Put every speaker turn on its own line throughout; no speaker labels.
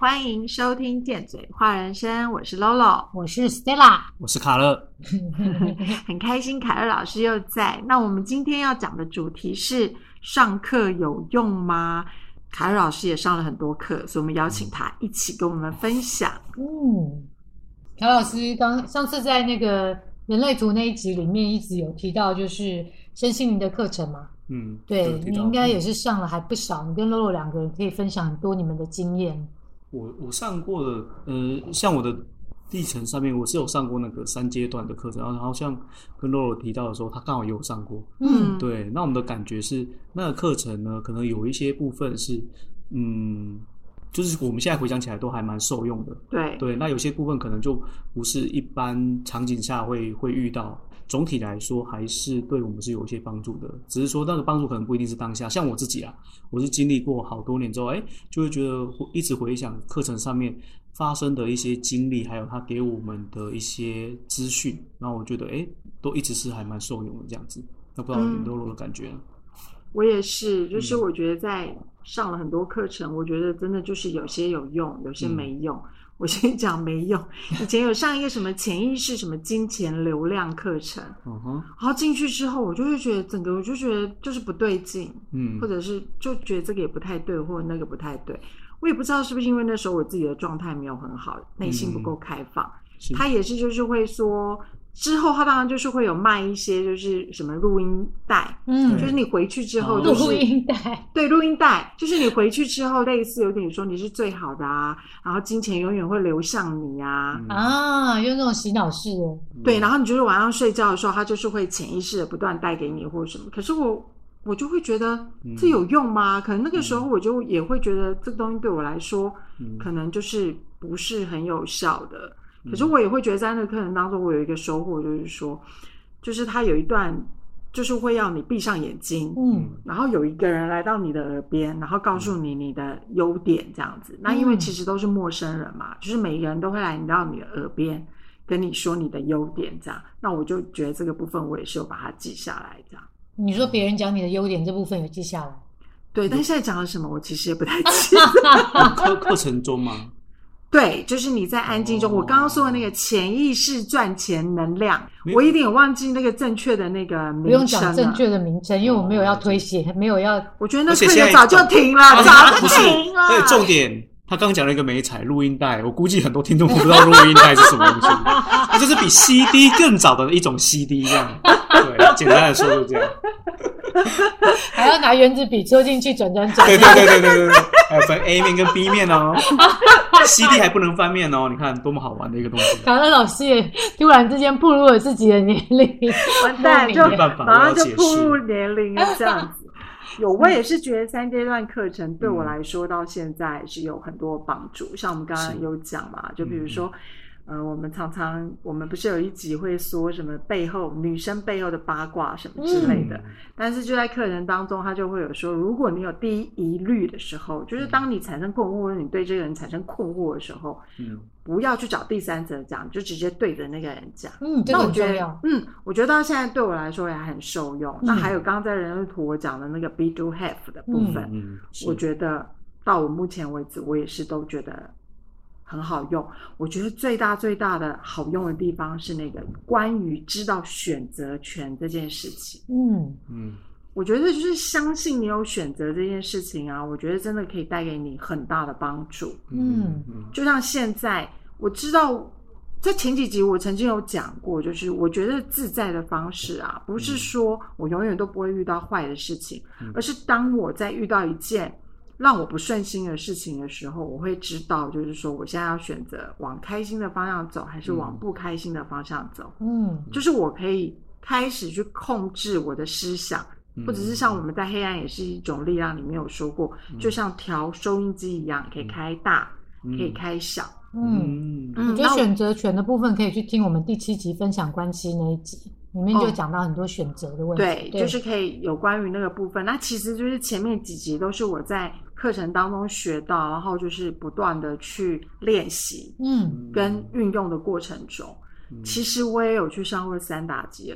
欢迎收听电嘴话人生，我是 Lolo，
我是 Stella，
我是卡乐。
很开心凯乐老师又在。那我们今天要讲的主题是上课有用吗？凯乐老师也上了很多课，所以我们邀请他一起跟我们分享。
凯老师上次在那个人类图那一集里面一直有提到，就是身心灵的课程嘛。对，你应该也是上了还不少，你跟 Lolo 两个人可以分享很多你们的经验。
我上过的，像我的历程上面，我是有上过那个3阶段的课程，然后好像跟 Lolo 提到的时候，他刚好也有上过。对，那我们的感觉是，那个课程呢，可能有一些部分是，就是我们现在回想起来都还蛮受用的。对，那有些部分可能就不是一般场景下会遇到。总体来说还是对我们是有一些帮助的，只是说那个帮助可能不一定是当下。像我自己啊，我是经历过好多年之后，就会觉得一直回想课程上面发生的一些经历，还有他给我们的一些资讯，然后我觉得都一直是还蛮受用的这样子。那不知道你Lolo的感觉呢？
我也是，就是我觉得在上了很多课程，我觉得真的就是有些有用，有些没用。我先讲没用。以前有上一个什么潜意识、什么金钱流量课程，然后进去之后，我就会觉得整个我就觉得就是不对劲，或者是就觉得这个也不太对，或者那个不太对。我也不知道是不是因为那时候我自己的状态没有很好，内心不够开放。他也是就是会说。之后他当然就是会有卖一些就是什么录音带，就是你回去之后就是
录音带，
对，录音带就是你回去之后类似有点说你是最好的啊，然后金钱永远会流向你啊，
用那种洗脑式的，
对，然后你就是晚上睡觉的时候，他就是会潜意识的不断带给你或者什么，可是我就会觉得这有用吗？可能那个时候我就也会觉得这个东西对我来说，可能就是不是很有效的。可是我也会觉得在那个课程当中我有一个收获，就是说就是他有一段就是会要你闭上眼睛，然后有一个人来到你的耳边，然后告诉你你的优点这样子。那因为其实都是陌生人嘛，就是每一个人都会来到你的耳边跟你说你的优点这样。那我就觉得这个部分我也是有把它记下来这样。
你说别人讲你的优点这部分有记下来？
对，但现在讲了什么我其实也不太记得。
课程中吗？
对，就是你在安静中，我刚刚说的那个潜意识赚钱能量，我一定有忘记那个正确的那个名称了。
不用讲正确的名称，因为我没有要推卸，没有要。
我觉得那课也早就停了，早就停了。
对，重点，他刚讲了一个美彩录音带，我估计很多听众不知道录音带是什么东西，它就是比 CD 更早的一种 CD 这样。对，简单的说就这样。
还要拿原子笔戳进去转。对，
还有分 A 面跟 B 面哦。CD 还不能翻面哦，你看多么好玩的一个东西。
卡乐老师也突然之间暴露了自己的年龄，
完蛋，就马上就暴露年龄了这样子。我也是觉得3阶段课程对我来说到现在是有很多帮助，像我们刚刚有讲嘛，就比如说我们不是有一集会说什么女生背后的八卦什么之类的，但是就在课程当中他就会有说，如果你有第一疑虑的时候，就是当你产生困惑或者你对这个人产生困惑的时候，不要去找第三者讲，就直接对着那个人讲。
这个很重要。
我觉得到现在对我来说也很受用。那还有刚刚在人类图我讲的那个 be do have 的部分，我觉得到我目前为止我也是都觉得很好用。我觉得最大的好用的地方是那个关于知道选择权这件事情。我觉得就是相信你有选择这件事情啊，我觉得真的可以带给你很大的帮助。就像现在我知道在前几集我曾经有讲过，就是我觉得自在的方式啊，不是说我永远都不会遇到坏的事情，而是当我在遇到一件让我不顺心的事情的时候，我会知道就是说我现在要选择往开心的方向走还是往不开心的方向走。就是我可以开始去控制我的思想，或者是像我们在黑暗也是一种力量里面有说过，就像调收音机一样，可以开大可以开小。
我觉得选择权的部分可以去听我们第7集分享关系那一集，里面就讲到很多选择的问题。
对，就是可以有关于那个部分。那其实就是前面几集都是我在课程当中学到，然后就是不断的去练习跟运用的过程中，其实我也有去上过3打击的课。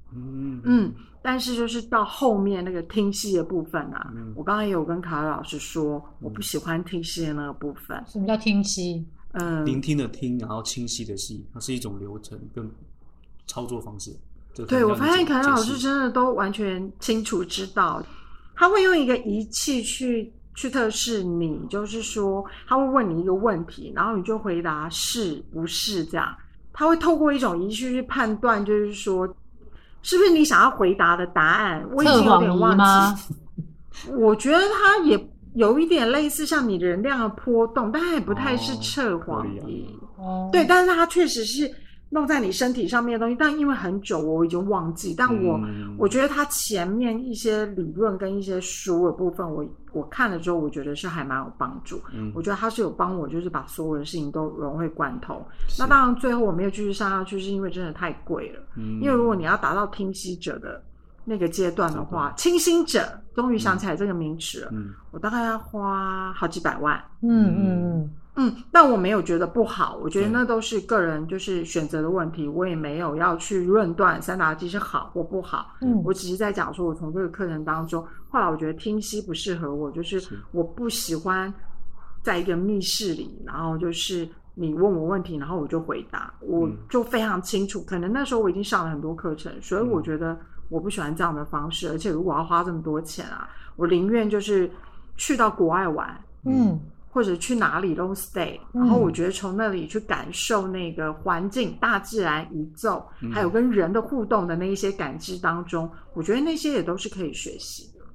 但是就是到后面那个听戏的部分啊，我刚刚也有跟卡尔老师说，我不喜欢听戏的那个部分。
什么叫听戏？
聆听的听，然后清晰的细，它是一种流程跟操作方式。
对，我发现卡尔老师真的都完全清楚知道，他会用一个仪器去测试你，就是说他会问你一个问题，然后你就回答是不是这样。他会透过一种仪器去判断，就是说是不是你想要回答的答案。我已经有点忘记。我觉得他也有一点类似像你能量的波动，但它也不太是测谎仪。对，但是它确实是弄在你身体上面的东西，但因为很久我已经忘记。但我觉得它前面一些理论跟一些书的部分，我看了之后，我觉得是还蛮有帮助。我觉得它是有帮我，就是把所有的事情都融会贯通。那当然，最后我没有继续上下去，是因为真的太贵了。因为如果你要达到听析者的那个阶段的话，清心者终于想起来这个名词了。我大概要花好几百万。但我没有觉得不好，我觉得那都是个人就是选择的问题，我也没有要去论断三达基是好或不好。我只是在讲说，我从这个课程当中，后来我觉得听析不适合我，就是我不喜欢在一个密室里，然后就是你问我问题，然后我就回答，我就非常清楚。可能那时候我已经上了很多课程，所以我觉得我不喜欢这样的方式，而且如果要花这么多钱啊，我宁愿就是去到国外玩，或者去哪里 long stay，然后我觉得从那里去感受那个环境、大自然、宇宙，还有跟人的互动的那一些感知当中，我觉得那些也都是可以学习的。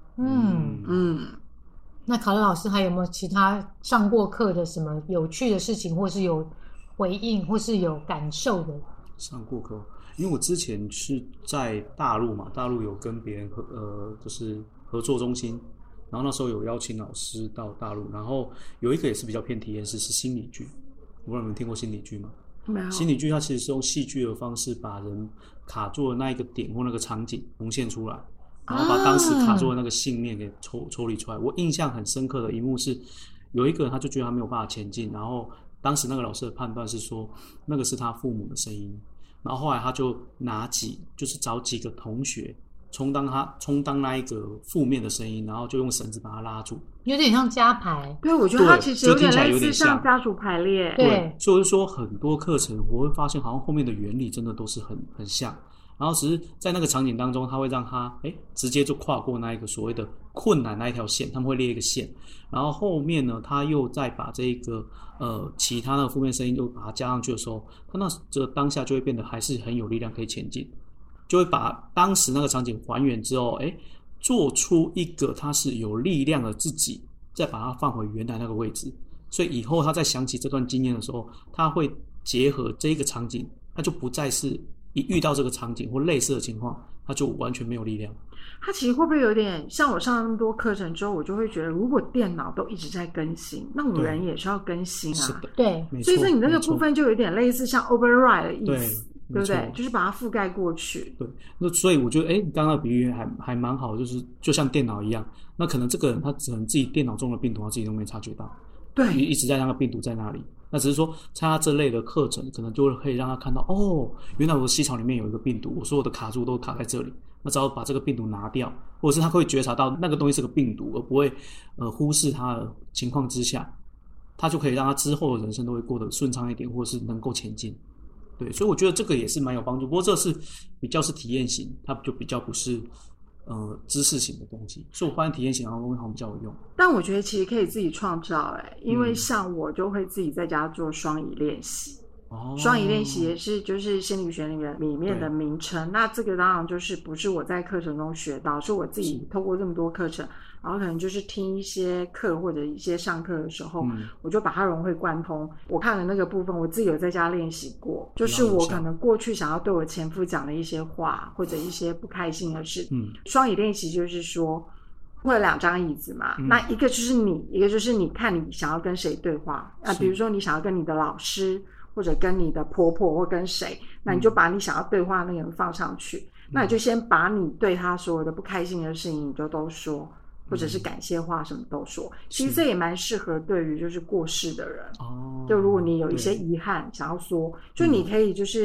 那卡乐老师还有没有其他上过课的什么有趣的事情，或是有回应，或是有感受的？
上过课，因为我之前是在大陆嘛，大陆有跟别人就是合作中心。然后那时候有邀请老师到大陆，然后有一个也是比较偏体验式，是心理剧。我不知道你们听过心理剧吗？
没有。
心理剧它其实是用戏剧的方式把人卡住的那一个点或那个场景重现出来，然后把当时卡住的那个信念给抽离出来。我印象很深刻的一幕是，有一个人他就觉得他没有办法前进，然后当时那个老师的判断是说那个是他父母的声音，然后后来他就就是找几个同学充当那一个负面的声音，然后就用绳子把它拉住，
有点像家排。
对，我觉得它其实有点类似像家族排列。
对，所以我就说很多课程我会发现好像后面的原理真的都是很像，然后只是在那个场景当中，他会让他直接就跨过那一个所谓的困难那一条线，他们会列一个线，然后后面呢他又再把这个其他的负面声音就把它加上去的时候，他这当下就会变得还是很有力量可以前进。就会把当时那个场景还原之后，做出一个他是有力量的自己，再把它放回原来那个位置。所以以后他在想起这段经验的时候，他会结合这个场景，他就不再是一遇到这个场景或类似的情况，他就完全没有力量。
他其实会不会有点像我上了那么多课程之后，我就会觉得，如果电脑都一直在更新，那我人也是要更新啊。
是的，
对，
所以说你那个部分就有点类似像 override 的意思。对不对？就是把它覆盖过去。对，
那所以我觉得，刚刚的比喻还蛮好，就是就像电脑一样，那可能这个人他可能自己电脑中的病毒，他自己都没察觉到，
对，
一直在那个病毒在那里。那只是说参加这类的课程，可能就会可以让他看到，原来我的细胞里面有一个病毒，我所有的卡住都卡在这里。那只要把这个病毒拿掉，或者是他会觉察到那个东西是个病毒，而不会忽视它的情况之下，他就可以让他之后的人生都会过得顺畅一点，或者是能够前进。对，所以我觉得这个也是蛮有帮助，不过这是比较是体验型，它就比较不是知识型的东西，所以我发现体验型的东西好像比较有用。
但我觉得其实可以自己创造，因为像我就会自己在家做双椅练习。双椅练习也是就是心理学里面的名称。那这个当然就是不是我在课程中学到，是我自己透过这么多课程，然后可能就是听一些课或者一些上课的时候，我就把它融会贯通。我看了那个部分，我自己有在家练习过，就是我可能过去想要对我前夫讲的一些话，或者一些不开心的事。双椅练习就是说会有2张椅子嘛，那一个就是你，一个就是你看你想要跟谁对话。比如说你想要跟你的老师，或者跟你的婆婆或跟谁，那你就把你想要对话那个人放上去，那你就先把你对他所有的不开心的事情你就都说，或者是感谢话什么都说。其实这也蛮适合对于就是过世的人，就如果你有一些遗憾想要说，就你可以就是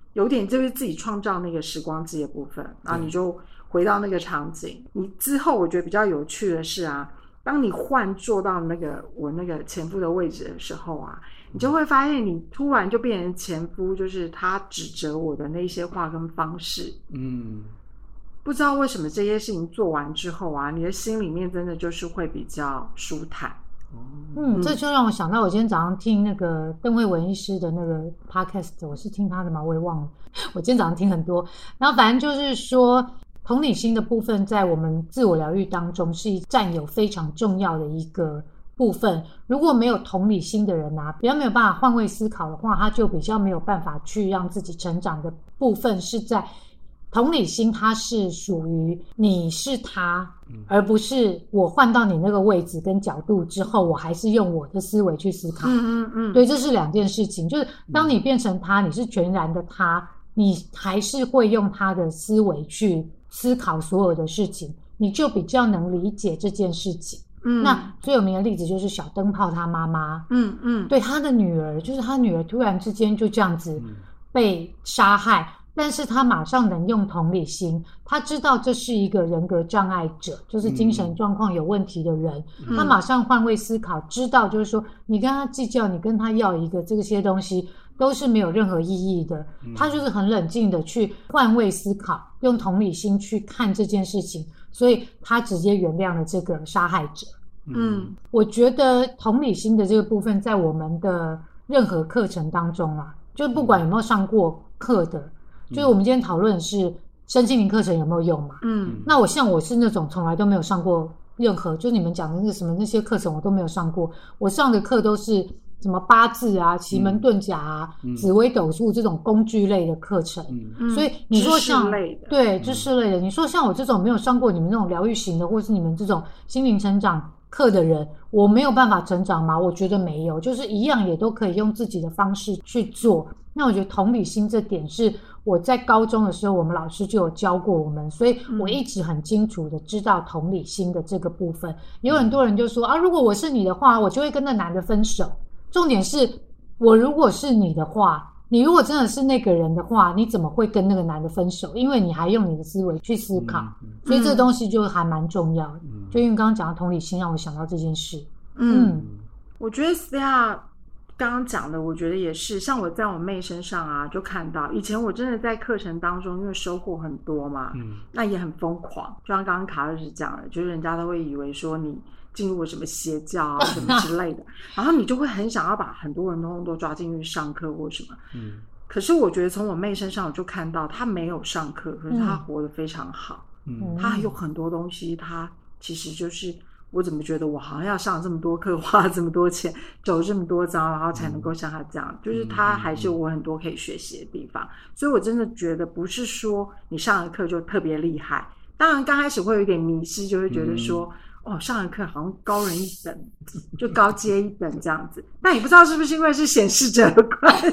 有点就是自己创造那个时光机的部分，然后你就回到那个场景。你之后我觉得比较有趣的是啊，当你换坐到我那个前夫的位置的时候啊，你就会发现你突然就变成前夫，就是他指责我的那些话跟方式。不知道为什么这些事情做完之后啊，你的心里面真的就是会比较舒坦。
这就让我想到我今天早上听那个邓惠文医师的那个 podcast， 我是听他的吗？我也忘了，我今天早上听很多。然后反正就是说，同理心的部分在我们自我疗愈当中是占有非常重要的一个部分。如果没有同理心的人啊，比较没有办法换位思考的话，他就比较没有办法去让自己成长的部分是在同理心，它是属于你是他，而不是我换到你那个位置跟角度之后，我还是用我的思维去思考。对，这是两件事情。就是当你变成他，你是全然的他，你还是会用他的思维去思考所有的事情，你就比较能理解这件事情。那最有名的例子就是小灯泡他妈妈，对，他的女儿，就是他女儿突然之间就这样子被杀害。但是他马上能用同理心，他知道这是一个人格障碍者，就是精神状况有问题的人，他马上换位思考，知道就是说你跟他计较，你跟他要一个这些东西都是没有任何意义的，他就是很冷静的去换位思考，用同理心去看这件事情，所以他直接原谅了这个杀害者。我觉得同理心的这个部分在我们的任何课程当中啊，就不管有没有上过课的，就是我们今天讨论的是身心灵课程有没有用嘛？那我是那种从来都没有上过任何，就是你们讲的那什么那些课程我都没有上过，我上的课都是什么八字啊、奇门遁甲啊、紫微斗数这种工具类的课程。所以你说像对知识类的，你说像我这种没有上过你们那种疗愈型的，或是你们这种心灵成长课的人，我没有办法成长吗？我觉得没有，就是一样也都可以用自己的方式去做。那我觉得同理心这点是我在高中的时候我们老师就有教过我们，所以我一直很清楚的知道同理心的这个部分。有很多人就说啊，如果我是你的话，我就会跟那男的分手。重点是我如果是你的话，你如果真的是那个人的话，你怎么会跟那个男的分手？因为你还用你的思维去思考，所以这个东西就还蛮重要的。就因为刚刚讲到同理心，让我想到这件事。
我觉得 Stella 刚刚讲的，我觉得也是，像我在我妹身上啊，就看到以前我真的在课程当中，因为收获很多嘛，那也很疯狂，就像刚刚卡尔斯讲的，就是人家都会以为说你进入了什么邪教啊什么之类的，然后你就会很想要把很多人都抓进去上课或什么。可是我觉得从我妹身上我就看到她没有上课，可是她活得非常好。她有很多东西，她其实就是我怎么觉得我好像要上这么多课，花这么多钱，走这么多遭，然后才能够像她这样，就是她还是有我很多可以学习的地方。所以我真的觉得不是说你上了课就特别厉害，当然刚开始会有一点迷失，就会觉得说上了课好像高人一等，就高阶一等这样子。但也不知道是不是因为是显示者的关系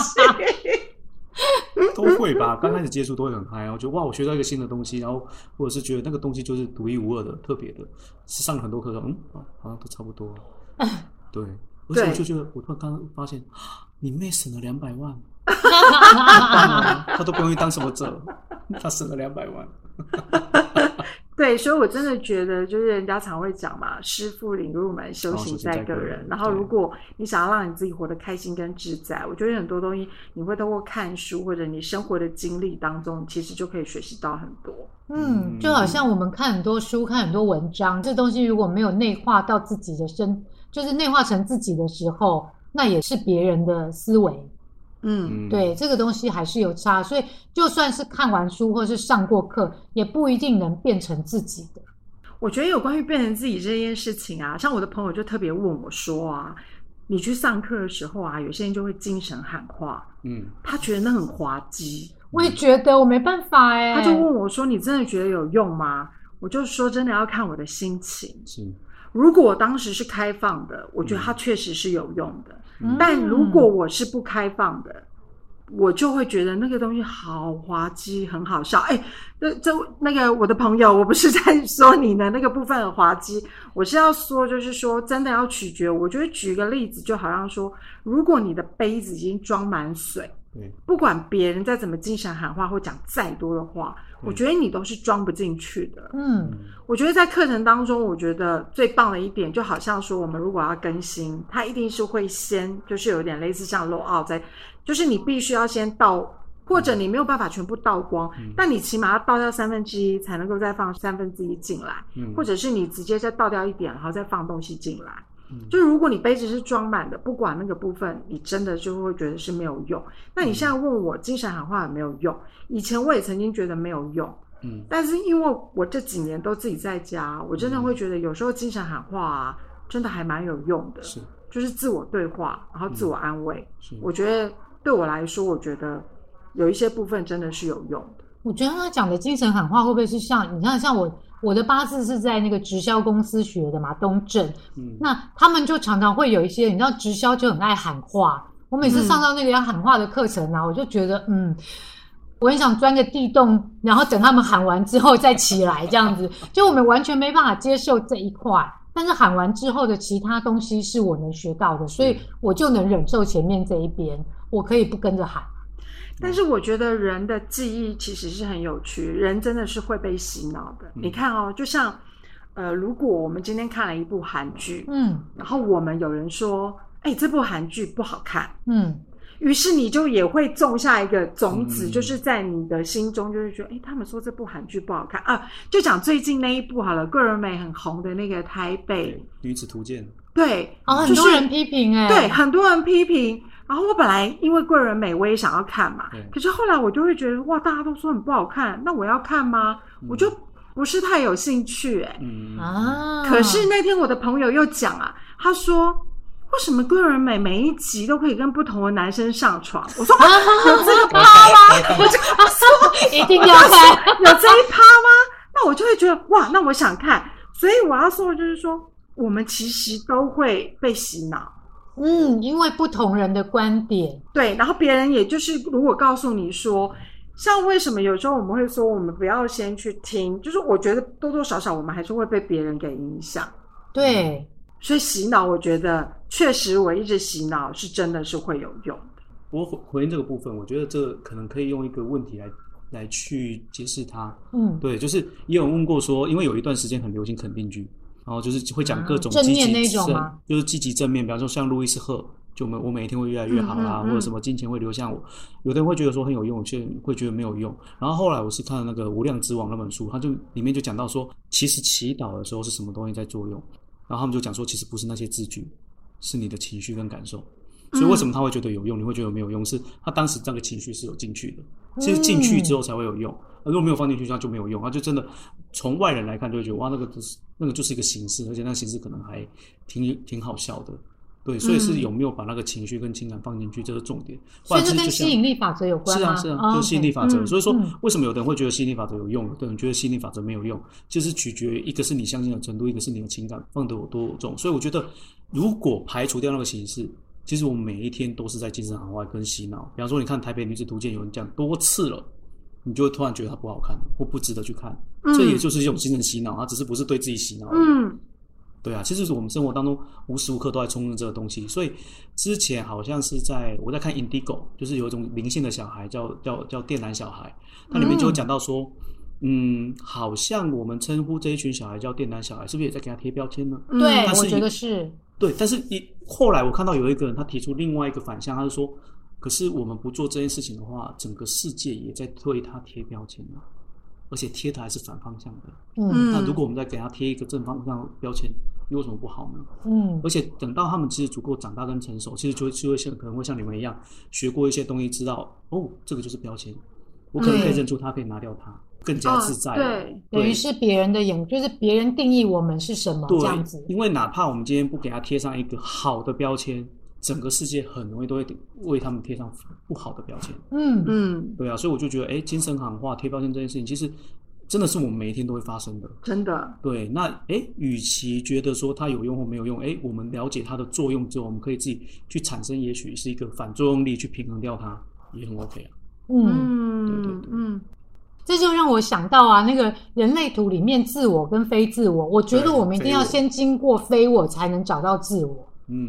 都会吧，刚开始接触都会很嗨，然后就哇，我学到一个新的东西，然后或者是觉得那个东西就是独一无二的、特别的，是上了很多课好像都差不多。对，而且我就觉得，我突然刚刚发现，你妹省了200万，他都不用去当什么者，他省了200万。
对，所以我真的觉得就是人家常会讲嘛，师父领入门，修行在个人。然后如果你想要让你自己活得开心跟自在，我觉得很多东西你会透过看书或者你生活的经历当中，其实就可以学习到很多。
就好像我们看很多书看很多文章，这东西如果没有内化到自己的就是内化成自己的时候，那也是别人的思维。对，这个东西还是有差，所以就算是看完书或是上过课，也不一定能变成自己的。
我觉得有关于变成自己这件事情啊，像我的朋友就特别问我说啊，你去上课的时候啊，有些人就会精神喊话，他觉得那很滑稽。
我也觉得我没办法
他就问我说，你真的觉得有用吗？我就说真的要看我的心情。如果我当时是开放的，我觉得它确实是有用的。但如果我是不开放的，我就会觉得那个东西好滑稽，很好笑。那个我的朋友，我不是在说你的那个部分很滑稽，我是要说，就是说真的要取决。我觉得举个例子，就好像说，如果你的杯子已经装满水，
对，
不管别人再怎么精神喊话或讲再多的话，我觉得你都是装不进去的。我觉得在课程当中，我觉得最棒的一点，就好像说我们如果要更新，它一定是会先就是有点类似像 low out 就是你必须要先倒，或者你没有办法全部倒光，但你起码要倒掉1/3才能够再放1/3进来，或者是你直接再倒掉一点，然后再放东西进来。就如果你杯子是装满的，不管那个部分，你真的就会觉得是没有用。那你现在问我精神喊话有没有用？以前我也曾经觉得没有用，但是因为我这几年都自己在家，我真的会觉得有时候精神喊话啊，真的还蛮有用的。
是，
就是自我对话，然后自我安慰。我觉得对我来说，我觉得有一些部分真的是有用的。
我觉得他讲的精神喊话会不会是像你看，像我的八字是在那个直销公司学的嘛，东正。那他们就常常会有一些，你知道直销就很爱喊话。我每次上到那个要喊话的课程啊，我就觉得我很想钻个地洞，然后等他们喊完之后再起来这样子。就我们完全没办法接受这一块，但是喊完之后的其他东西是我能学到的，所以我就能忍受前面这一边，我可以不跟着喊。
但是我觉得人的记忆其实是很有趣，人真的是会被洗脑的。你看哦，就像如果我们今天看了一部韩剧，然后我们有人说，这部韩剧不好看，于是你就也会种下一个种子，就是在你的心中就是觉得，他们说这部韩剧不好看啊。就讲最近那一部好了，桂纶镁很红的那个《台北
女子图鉴》，
对，
很多人批评
对，很多人批评。然后我本来因为桂纶镁我也想要看嘛，可是后来我就会觉得哇，大家都说很不好看，那我要看吗？我就不是太有兴趣可是那天我的朋友又讲啊，他说为什么桂纶镁每一集都可以跟不同的男生上床？我说有这个趴吗？我就说
一定要看，
有这一趴吗？那我就会觉得哇，那我想看。所以我要说的就是说，我们其实都会被洗脑。
因为不同人的观点，
对，然后别人也就是如果告诉你说，像为什么有时候我们会说我们不要先去听，就是我觉得多多少少我们还是会被别人给影响。
对，
所以洗脑我觉得确实我一直洗脑是真的是会有用的。
我回应这个部分，我觉得这可能可以用一个问题来去解释它。对，就是也有问过说，因为有一段时间很流行肯定句，然后就是会讲各种积极
正面那种吗？
就是积极正面，比方说像路易斯赫，就我每一天会越来越好啦，或者什么金钱会流向我。有的人会觉得说很有用，有些人会觉得没有用。然后后来我是看了那个《无量之王》那本书，它就里面就讲到说，其实祈祷的时候是什么东西在作用。然后他们就讲说，其实不是那些字句，是你的情绪跟感受。所以为什么他会觉得有用，你会觉得没有用？是他当时这个情绪是有进去的，其实进去之后才会有用。如果没有放进去，它就没有用。他就真的从外人来看，就会觉得哇，那个就是一个形式，而且那个形式可能还挺好笑的。对，所以是有没有把那个情绪跟情感放进去，这是重点。
所以这跟吸引力法则有关吗？
是啊，就是吸引力法则。所以说，为什么有的人会觉得吸引力法则有用，有的人觉得吸引力法则没有用，就是取决于一个是你相信的程度，一个是你的情感放得有多重。所以我觉得，如果排除掉那个形式，其实我们每一天都是在精神喊话跟洗脑。比方说，你看《台北女子图鉴》，有人讲多次了，你就会突然觉得它不好看或不值得去看。这也就是一种精神洗脑，它只是不是对自己洗脑而已。对啊，其实我们生活当中无时无刻都在充任这个东西。所以之前好像是我在看 Indigo， 就是有一种灵性的小孩叫靛蓝小孩，它里面就有讲到说，好像我们称呼这一群小孩叫靛蓝小孩，是不是也在给他贴标签呢？
对，我觉得是。
对，但是后来我看到有一个人他提出另外一个反向，他就说，可是我们不做这件事情的话，整个世界也在对他贴标签了，而且贴的还是反方向的。那如果我们再给他贴一个正方向的标签，有什么不好呢？而且等到他们其实足够长大跟成熟，其实就会可能会像你们一样学过一些东西，知道这个就是标签，我可能可以认出它，可以拿掉它，更加自在。
对，
等于是别人的就是别人定义我们是什么这样子。
因为哪怕我们今天不给他贴上一个好的标签，整个世界很容易都会为他们贴上不好的标签。对啊，所以我就觉得，精神喊话贴标签这件事情，其实真的是我们每一天都会发生的。
真的。
对，那与其觉得说它有用或没有用，我们了解它的作用之后，我们可以自己去产生，也许是一个反作用力去平衡掉它，也很 OK 啊。对。
这就让我想到啊，那个人类图里面自我跟非自我，我觉得我们一定要先经过非我才能找到自我。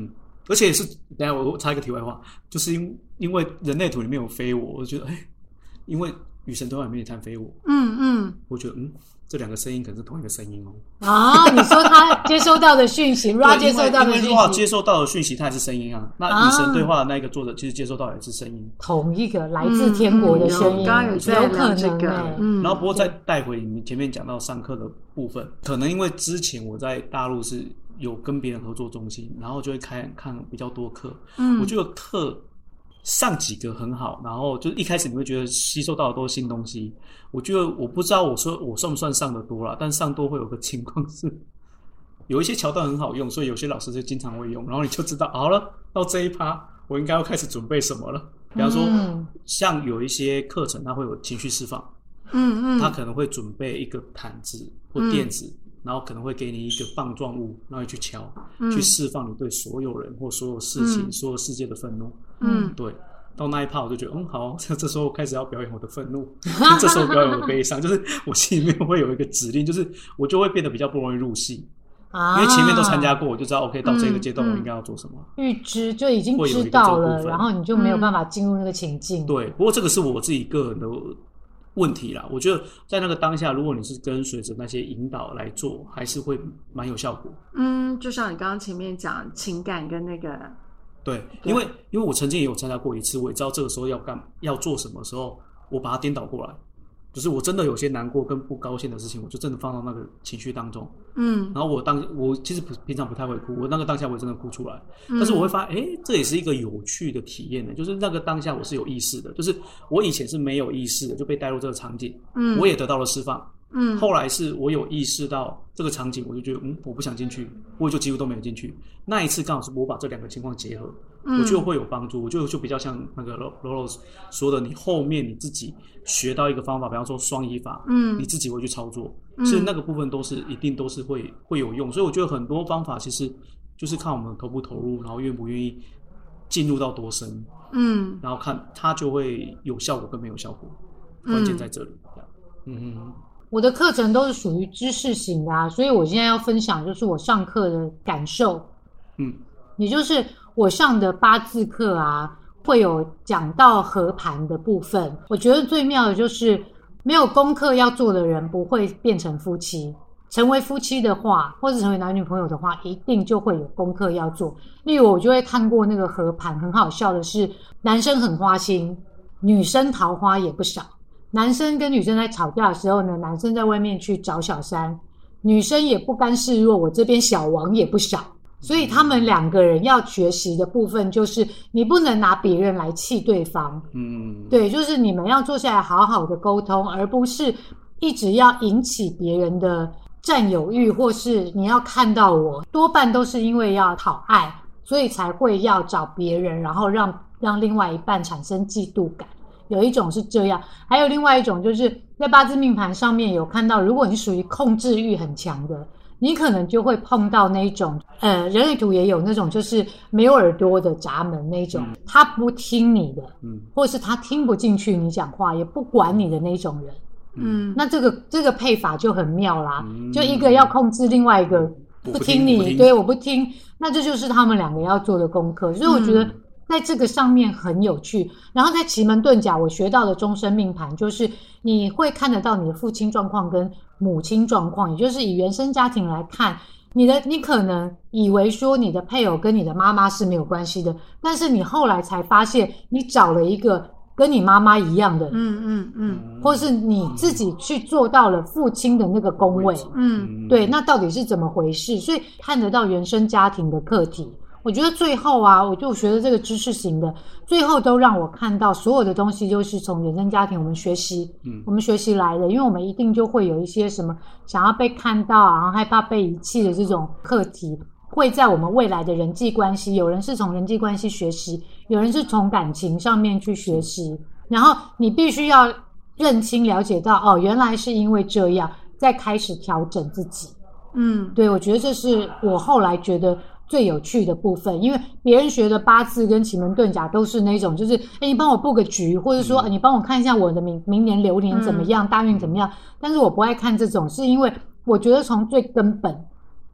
而且是等一下我插一个题外话，就是因为人类图里面有非我，我觉得因为与神对话里面也谈非我，我觉得这两个声音可能是同一个声音
你说他接收到的讯息，Ra 接收到的讯息，
因为 Ra 接收到的讯息，它也是声音啊。那与神对话的那一个作者，其实接收到也是声音，
同一个来自天国的声音，有可能
然后不过再带回你前面讲到上课的部分，可能因为之前我在大陆是有跟别人合作中心，然后就会看比较多课，我觉得课上几个很好，然后就是一开始你会觉得吸收到的都是新东西。我觉得我不知道我算不算上的多啦，但上多会有个情况是，有一些桥段很好用，所以有些老师就经常会用，然后你就知道好了，到这一趴我应该要开始准备什么了。比方说，像有一些课程它会有情绪释放，他可能会准备一个毯子或垫子，然后可能会给你一个棒状物，让你去敲，去释放你对所有人或所有事情、所有世界的愤怒。对。到那一趴我就觉得好，这时候开始要表演我的愤怒，这时候表演我的悲伤，就是我心里面会有一个指令，就是我就会变得比较不容易入戏，因为前面都参加过，我就知道 OK 到这个阶段我应该要做什么，
预知就已经知道了，然后你就没有办法进入那个情境。
对，不过这个是我自己个人的问题啦，我觉得在那个当下，如果你是跟随着那些引导来做，还是会蛮有效果。
就像你刚刚前面讲情感跟那个。
对，因为我曾经也有参加过一次，我也知道这个时候要做什么时候，我把它颠倒过来，就是我真的有些难过跟不高兴的事情，我就真的放到那个情绪当中，然后我其实平常不太会哭，我那个当下我真的哭出来，但是我会发现，这也是一个有趣的体验的，就是那个当下我是有意识的，就是我以前是没有意识的，就被带入这个场景，我也得到了释放。后来是我有意识到这个场景，我就觉得我不想进去，我就几乎都没有进去。那一次刚好是我把这两个情况结合，我觉得会有帮助。我觉得就比较像那个 Lolo 说的，你后面你自己学到一个方法，比方说双移法，你自己会去操作，所以那个部分一定都是会有用。所以我觉得很多方法其实就是看我们投不投入，然后愿不愿意进入到多深，然后看它就会有效果跟没有效果，关键在这里。
我的课程都是属于知识型的所以我现在要分享就是我上课的感受。也就是我上的八字课会有讲到合盘的部分。我觉得最妙的就是没有功课要做的人不会变成夫妻，成为夫妻的话或者成为男女朋友的话，一定就会有功课要做。例如我就会看过那个合盘，很好笑的是男生很花心，女生桃花也不少。男生跟女生在吵架的时候呢，男生在外面去找小三，女生也不甘示弱，我这边小王也不少。所以他们两个人要学习的部分就是你不能拿别人来气对方，对，就是你们要坐下来好好的沟通，而不是一直要引起别人的占有欲，或是你要看到我，多半都是因为要讨爱，所以才会要找别人，然后让另外一半产生嫉妒感。有一种是这样，还有另外一种就是在八字命盘上面有看到，如果你属于控制欲很强的，你可能就会碰到那一种人类图也有那种就是没有耳朵的闸门那种，他不听你的，或是他听不进去你讲话，也不管你的那种人。那这个配法就很妙啦，就一个要控制，另外一个不听你，对，我不听，那这就是他们两个要做的功课。所以我觉得在这个上面很有趣。然后在奇门遁甲我学到的终身命盘，就是你会看得到你的父亲状况跟母亲状况，也就是以原生家庭来看，你可能以为说你的配偶跟你的妈妈是没有关系的，但是你后来才发现你找了一个跟你妈妈一样的，或是你自己去做到了父亲的那个宫位，对，那到底是怎么回事？所以看得到原生家庭的课题。我觉得最后我就学的这个知识型的，最后都让我看到所有的东西就是从原生家庭我们学习来的，因为我们一定就会有一些什么想要被看到，然后害怕被遗弃的这种课题，会在我们未来的人际关系，有人是从人际关系学习，有人是从感情上面去学习，然后你必须要认清了解到原来是因为这样，再开始调整自己。对，我觉得这是我后来觉得最有趣的部分，因为别人学的八字跟奇门遁甲都是那种就是你帮我布个局，或者说你帮我看一下我的明年流年怎么样，大运怎么样，但是我不爱看这种，是因为我觉得从最根本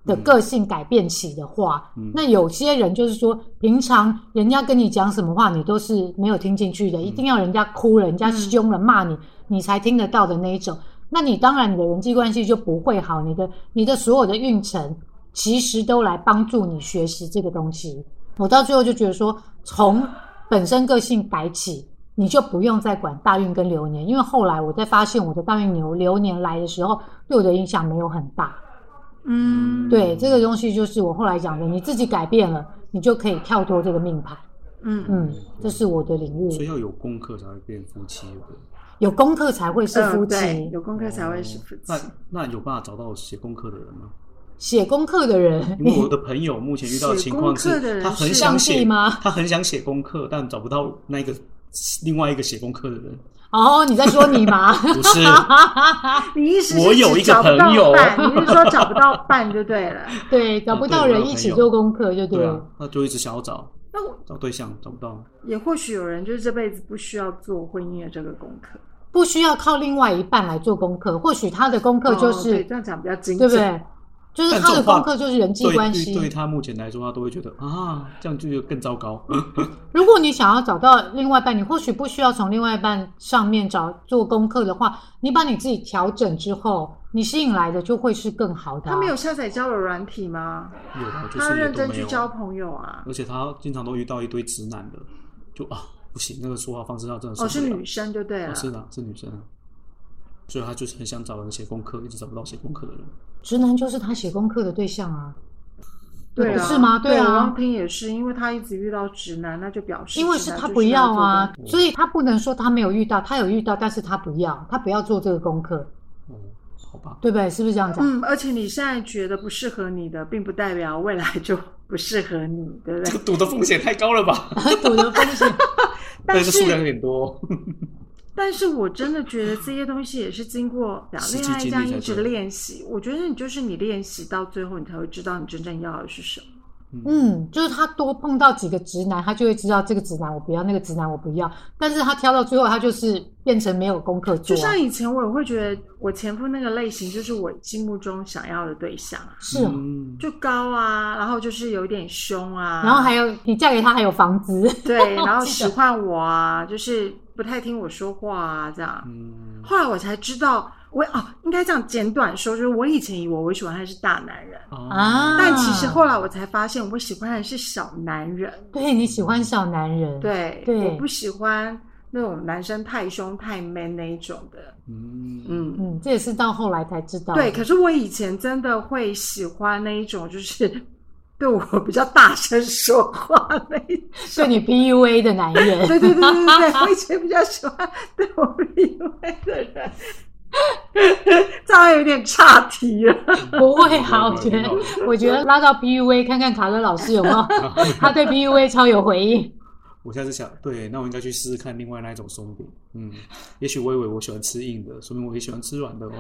的个性改变起的话，那有些人就是说平常人家跟你讲什么话你都是没有听进去的，一定要人家哭了人家凶了骂你你才听得到的那一种，那你当然你的人际关系就不会好，你的所有的运程其实都来帮助你学习这个东西。我到最后就觉得说从本身个性改起，你就不用再管大运跟流年，因为后来我在发现我的大运流年来的时候对我的影响没有很大。对，这个东西就是我后来讲的，你自己改变了你就可以跳脱这个命盘。这是我的领悟。
所以要有功课才会变夫妻，
有功课才会是夫妻。
对，有功课才会是夫妻。
那有办法找到写功课的人吗？
写功课的人，
因为我的朋友目前遇到的情况是他很想写吗？他很想写功课但找不到那个另外一个写功课的人。
你在说你吗？
不是
你意思是
我有一个朋友，
你是说找不到伴就对了。
对，找不到人一起做功课就对了。
他就一直想要找对象找不到。
也或许有人就是这辈子不需要做婚姻的这个功课，
不需要靠另外一半来做功课，或许他的功课就是，
对，这样讲比较精准，
对不对？就是他的功课就是人际关系。
对他目前来说，他都会觉得这样就更糟糕。
如果你想要找到另外一半，你或许不需要从另外一半上面做功课的话，你把你自己调整之后，你吸引来的就会是更好的。
他没有下载交友软体吗？
有啊，就是
他认真去交朋友啊。
而且他经常都遇到一堆直男的，就不行，那个说话方式他真的受不了。
是女生就对了。
是的，是女生。所以他就是很想找人写功课，一直找不到写功课的人。
直男就是他写功课的对象啊。
对啊，
不是吗？对啊，
我刚听也是，因为他一直遇到直男，那就表示
因为是他不要啊，所以他不能说他没有遇到，他有遇到，但是他不要做这个功课。
好吧，
对不对？是不是这样讲？
而且你现在觉得不适合你的，并不代表未来就不适合你，对不对？
这个赌的风险太高了吧？
赌的风险，
但是数量有点多。
但是我真的觉得这些东西也是经过恋爱这样一直练习，我觉得你练习到最后，你才会知道你真正要的是什么。
就是他多碰到几个直男，他就会知道这个直男我不要，那个直男我不要。但是他挑到最后，他就是变成没有功课做。
就像以前我也会觉得，我前夫那个类型就是我心目中想要的对象。
是
就高啊，然后就是有点凶啊，
然后还有你嫁给他还有房子，
对，然后使唤我啊，就是不太听我说话啊，这样。后来我才知道。应该这样简短说，就是我以前以为我喜欢的是大男人但其实后来我才发现，我喜欢的是小男人。
对，你喜欢小男人，
对，我不喜欢那种男生太凶太 man 那一种的。
这也是到后来才知道。
对，可是我以前真的会喜欢那一种，就是对我比较大声说话那一种，
对你 PUA 的男人。
对，我以前比较喜欢对我 PUA 的人。这样有点岔题了。
不会好，我觉得拉到 PUA 看看卡乐老师有没有他对 PUA 超有回应。
我现在是想，对，那我应该去试试看另外那一种松饼。也许我以为我喜欢吃硬的，说明我也喜欢吃软的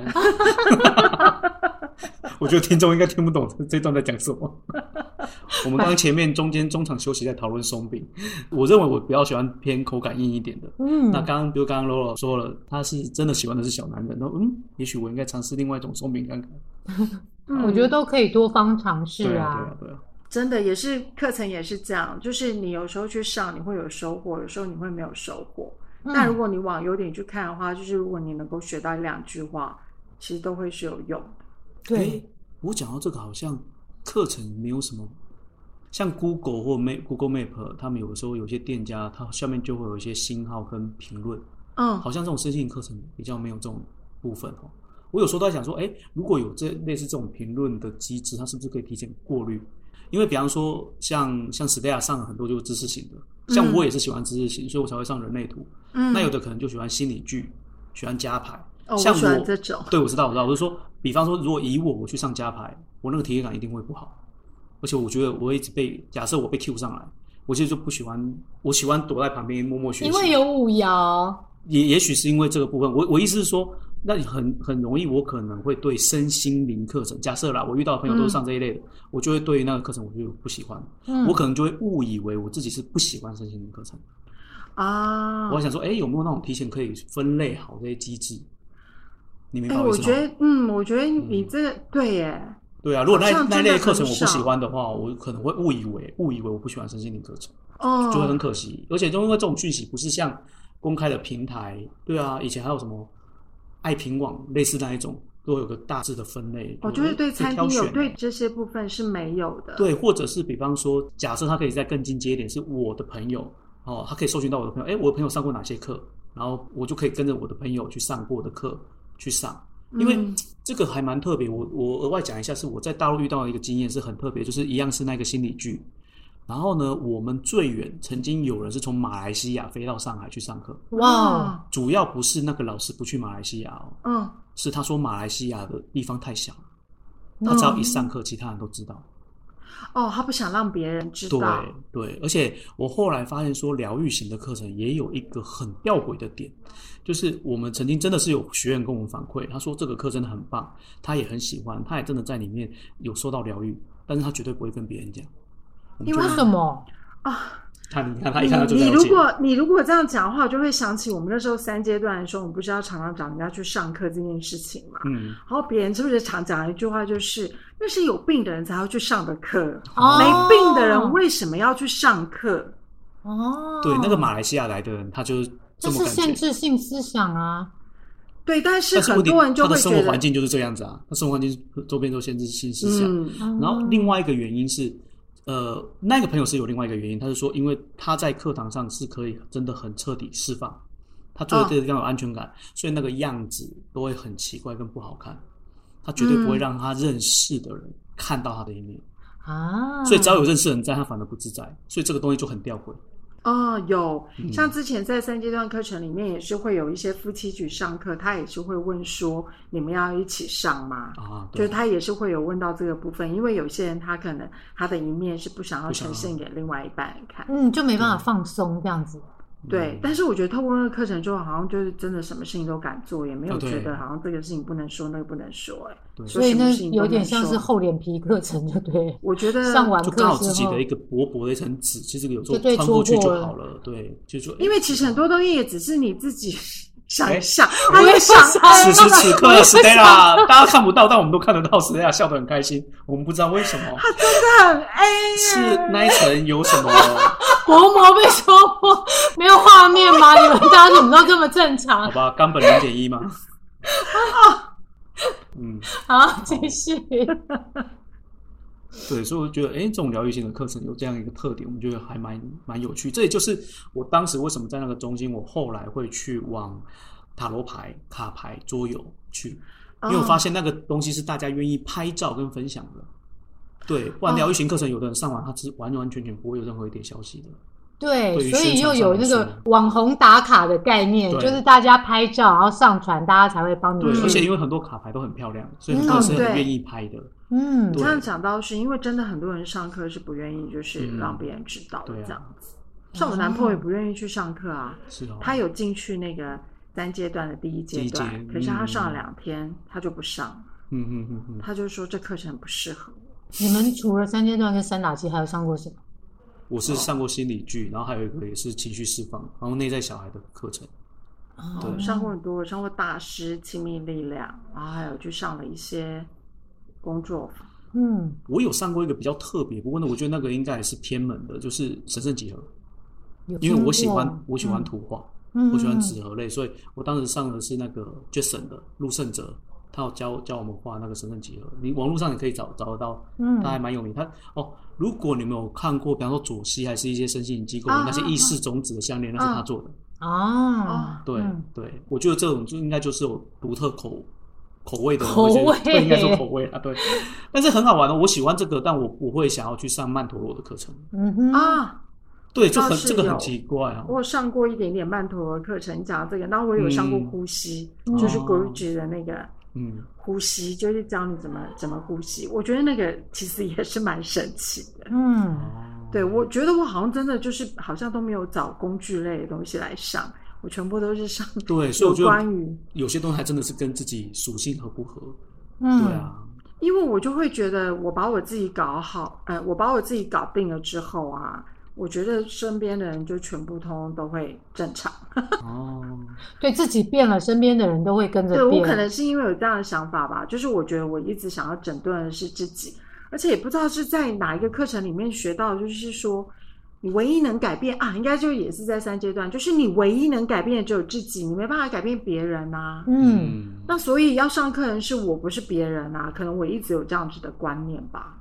我觉得听众应该听不懂这段在讲什么。我们刚刚前面中场休息在讨论松饼，我认为我比较喜欢偏口感硬一点的。那比如刚刚 Lolo 说了，他是真的喜欢的是小男人，也许我应该尝试另外一种松饼看看。
我觉得都可以多方尝试啊。
对啊。
真的也是课程也是这样，就是你有时候去上你会有收获，有时候你会没有收获。但如果你往优点去看的话，就是如果你能够学到1-2句话，其实都会是有用的。
对，
我讲到这个好像课程没有什么，像 Google 或 Google Map 他们有的时候有些店家他下面就会有一些星号跟评论。好像这种身心灵课程比较没有这种部分。我有时候都在想说，如果有类似这种评论的机制，它是不是可以提前过滤？因为比方说像 Stella 上了很多就是知识型的，像我也是喜欢知识型，所以我才会上人类图。那有的可能就喜欢心理剧，喜欢加牌。像
我喜欢这种。
对，我知道。我就说，比方说如果以我去上加牌，我那个体验感一定会不好。而且我觉得我会一直假设我被 Q 上来，我其实就不喜欢，我喜欢躲在旁边默默学习。
因为有五爻。
也许是因为这个部分，我意思是说，那你很容易，我可能会对身心灵课程，假设啦，我遇到的朋友都是上这一类的，我就会对那个课程我就不喜欢，我可能就会误以为我自己是不喜欢身心灵课程啊。我想说，有没有那种提前可以分类好这些机制？你明白我意思吗？
我觉得你这个对耶。
对啊，如果那类课程我不喜欢的话，我可能会误以为我不喜欢身心灵课程，就会很可惜。而且就因为这种讯息不是像公开的平台，对啊，以前还有什么爱评网类似那一种，都有个大致的分类。
就是对餐厅有对这些部分是没有的。
对，或者是比方说，假设他可以再更进阶一点，是我的朋友他可以搜寻到我的朋友，我的朋友上过哪些课，然后我就可以跟着我的朋友去上过的课去上。因为这个还蛮特别，我额外讲一下，是我在大陆遇到的一个经验是很特别，就是一样是那个心理剧。然后呢，我们最远曾经有人是从马来西亚飞到上海去上课。
哇！
主要不是那个老师不去马来西亚是他说马来西亚的地方太小，他只要一上课，其他人都知道。
他不想让别人知道。
对，而且我后来发现说，疗愈型的课程也有一个很吊诡的点，就是我们曾经真的是有学员跟我们反馈，他说这个课真的很棒，他也很喜欢，他也真的在里面有受到疗愈，但是他绝对不会跟别人讲。
因为什么
啊？你看他一看他就了解。
你如果这样讲的话，我就会想起我们那时候3阶段的时候，我们不是要常常找人家去上课这件事情嘛？然后别人是不是常讲一句话，就是那是有病的人才要去上的课，没病的人为什么要去上课？
对，那个马来西亚来的人，他就是这么感觉。
这是限制性思想啊。
对，但是很多人就会觉得
他的生活环境就是这样子啊，他生活环境周边都限制性思想。然后另外一个原因是。那个朋友是有另外一个原因，他是说，因为他在课堂上是可以真的很彻底释放，他做的这个有安全感，所以那个样子都会很奇怪跟不好看，他绝对不会让他认识的人看到他的一面所以只要有认识的人在，他反而不自在，所以这个东西就很吊诡。
有像之前在3阶段课程里面也是会有一些夫妻去上课，他也是会问说你们要一起上吗？就是他也是会有问到这个部分，因为有些人他可能他的一面是不想要呈现给另外一半人看，
就没办法放松这样子。
对，但是我觉得透过那个课程之后，好像就是真的什么事情都敢做，也没有觉得好像这个事情不能说，那个不能说。
所以那有点像是厚脸皮课程，就对。
我觉得
上完课
就刚好自己的一个薄薄的一层纸，其实有时候穿过去就好了。对，就说
因为其实很多东西也只是你自己想一想，
我也想。
此时此刻的 Stella， 大家看不到，但我们都看得到 Stella 笑得很开心。我们不知道为什么，
他真的很
是那一层有什么？
薄膜被戳破，没有画面吗？你们大家怎么都这么正常？
好吧，冈本 0.1 嘛。
好，继续。
对，所以我觉得，这种疗愈型的课程有这样一个特点，我们觉得还蛮有趣。这也就是我当时为什么在那个中心，我后来会去往塔罗牌、卡牌、桌游去，因为我发现那个东西是大家愿意拍照跟分享的。对，不然疗愈型课程有的人上完，他是完全不会有任何一点消息的。
对，所以又有那个网红打卡的概念，就是大家拍照然后上传，大家才会帮你。
对，而且因为很多卡牌都很漂亮，所以很多人是很愿意拍的。
这样讲到是因为真的很多人上课是不愿意，就是让别人知道的这样子。像我男朋友也不愿意去上课啊，他有进去那个3阶段的第1阶段，可是他上了2天，他就不上。他就说这课程不适合我。
你们除了3阶段跟3打7，还有上过什么？
我是上过心理剧，然后还有一个也是情绪释放，然后内在小孩的课程。
对，上过很多，我上过大师、亲密力量，然后还有去上了一些工作坊。
我有上过一个比较特别，不过呢，我觉得那个应该也是偏门的，就是神圣几何。因为我喜欢图画，我喜欢纸盒类，所以我当时上的是那个 Jason 的陆胜哲。他有教我们画那个神圣几何，你网络上也可以找得到，他还蛮有名。如果你们有看过，比方说左西还是一些身心灵机构那些意识种子的项链，那是他做的。对，我觉得这种就应该就是有独特口味的，对，应该说口味啊，对。但是很好玩的，我喜欢这个，但我不会想要去上曼陀罗的课程。对，这个很奇怪啊。
我有上过一点点曼陀罗课程，讲这个，然后我有上过呼吸，就是 Guruji 的那个。呼吸就是教你怎么呼吸，我觉得那个其实也是蛮神奇的。对，我觉得我好像真的就是好像都没有找工具类的东西来上，我全部都是上
对，所以我觉得有些东西还真的是跟自己属性合不合。对啊，因
为我就会觉得我把我自己搞好，我把我自己搞定了之后啊， 我觉得身边的人就全部通通都会正常。
对，自己变了，身边的人都会跟着变。
对，我可能是因为有这样的想法吧，就是我觉得我一直想要整顿的是自己，而且也不知道是在哪一个课程里面学到，就是说你唯一能改变啊，应该就也是在3阶段，就是你唯一能改变的只有自己，你没办法改变别人啊。那所以要上课人是我，不是别人啊，可能我一直有这样子的观念吧。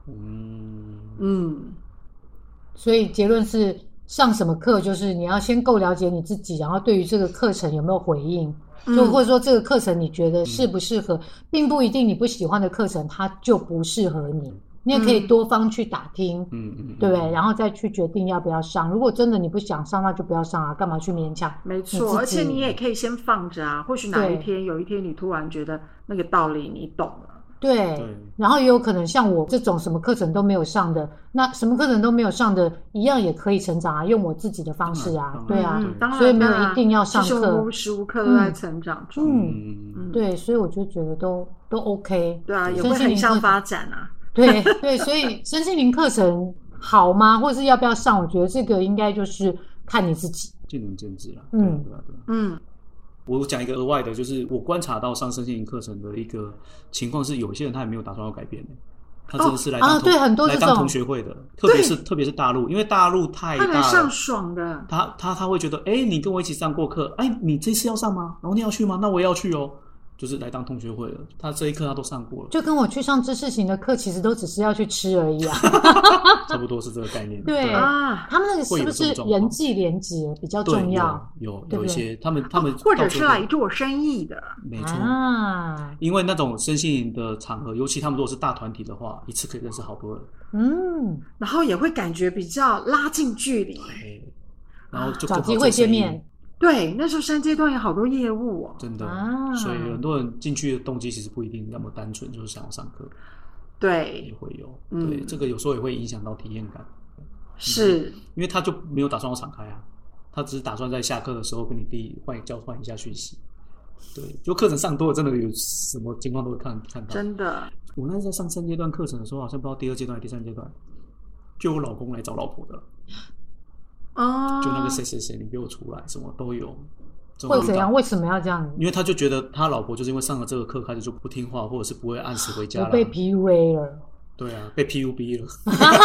所以结论是上什么课，就是你要先够了解你自己，然后对于这个课程有没有回应，就或者说这个课程你觉得适不适合，并不一定你不喜欢的课程它就不适合你，你也可以多方去打听，对不对？然后再去决定要不要上。如果真的你不想上，那就不要上啊，干嘛去勉强？
没错，而且你也可以先放着啊，或许有一天你突然觉得那个道理你懂了。
对，然后也有可能像我这种什么课程都没有上的，那什么课程都没有上的，一样也可以成长啊，用我自己的方式啊，对啊，所以没有一定要上课，
其实我们无时无刻都在成长中。
对，所以我就觉得都 OK。
对啊，也会很向发展啊。
对对，所以身心灵课程好吗？或是要不要上？我觉得这个应该就是看你自己，
见仁见智啊。我讲一个额外的，就是我观察到上身心灵课程的一个情况是，有些人他也没有打算要改变的，他真的是来当来当同学会的，特别是大陆，因为大陆太大了，
他来上爽的，
他会觉得，你跟我一起上过课，你这次要上吗？然后你要去吗？那我也要去哦。就是来当同学会了，他这一课他都上过了，
就跟我去上知识型的课，其实都只是要去吃而已啊，
差不多是这个概念。
对啊，他们那个是不是人际连结比较重要？
有一些他们
或者是来做生意的，
没错因为那种身心灵的场合，尤其他们如果是大团体的话，一次可以认识好多人，
然后也会感觉比较拉近距离，
然后就
找机会见面。
对，那时候3阶段有好多业务
真的所以很多人进去的动机其实不一定那么单纯，就是想要上课，
对，
也会有，对，这个有时候也会影响到体验感，
是
因为他就没有打算要敞开啊，他只是打算在下课的时候跟你交换一下讯息，对，就课程上多了，真的有什么情况都会看到，
真的。
我那时候在上3阶段课程的时候，好像不知道第2阶段还是第3阶段，就有老公来找老婆的。就那个谁谁谁，你给我出来，什么都有。
会怎样？为什么要这样？
因为他就觉得他老婆就是因为上了这个课开始就不听话，或者是不会按时回家了。
我被 PUA 了。
对啊，被 PUB 了。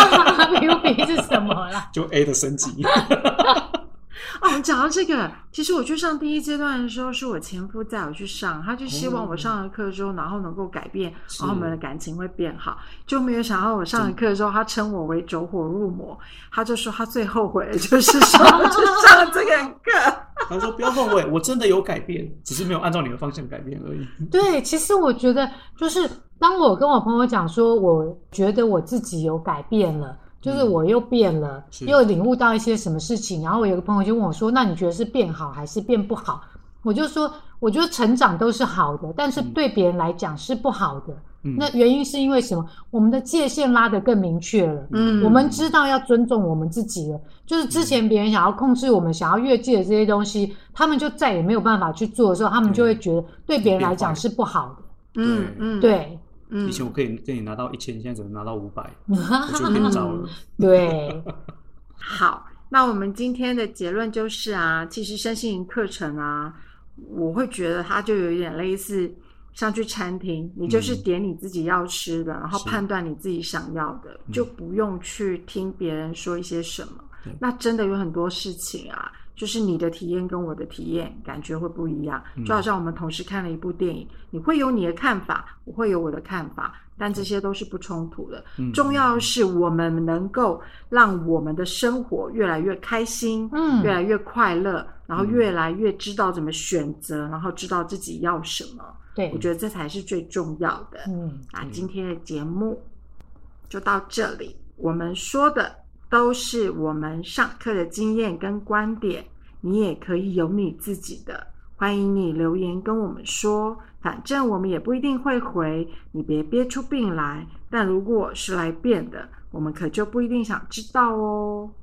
PUB 是什么啦？
就 A 的升级。
我们讲到这个，其实我去上第1阶段的时候，是我前夫载我去上，他就希望我上了课之后，然后能够改变，然后我们的感情会变好。就没有想到我上了课之后，他称我为走火入魔，他就说他最后悔的就是说去上了这个课。
他说不要后悔，我真的有改变，只是没有按照你的方向改变而已。
对，其实我觉得就是当我跟我朋友讲说，我觉得我自己有改变了。就是我又变了，又领悟到一些什么事情，然后我有个朋友就问我说，那你觉得是变好还是变不好？我就说我觉得成长都是好的，但是对别人来讲是不好的。那原因是因为什么？我们的界限拉得更明确了，我们知道要尊重我们自己了。就是之前别人想要控制我们，想要越界的这些东西，他们就再也没有办法去做的时候，他们就会觉得对别人来讲是不好的。对。
以前我可以跟你拿到1000，现在只能拿到500，我就变糟了。
对，
好，那我们今天的结论就是其实身心灵课程我会觉得它就有一点类似像去餐厅，你就是点你自己要吃的，然后判断你自己想要的，就不用去听别人说一些什么。那真的有很多事情就是你的体验跟我的体验感觉会不一样，就好像我们同时看了一部电影，你会有你的看法，我会有我的看法，但这些都是不冲突的。重要的是我们能够让我们的生活越来越开心，越来越快乐，然后越来越知道怎么选择，然后知道自己要什么。对，我觉得这才是最重要的。今天的节目就到这里，我们说的都是我们上课的经验跟观点，你也可以有你自己的，欢迎你留言跟我们说，反正我们也不一定会回，你别憋出病来，但如果是来变的，我们可就不一定想知道哦。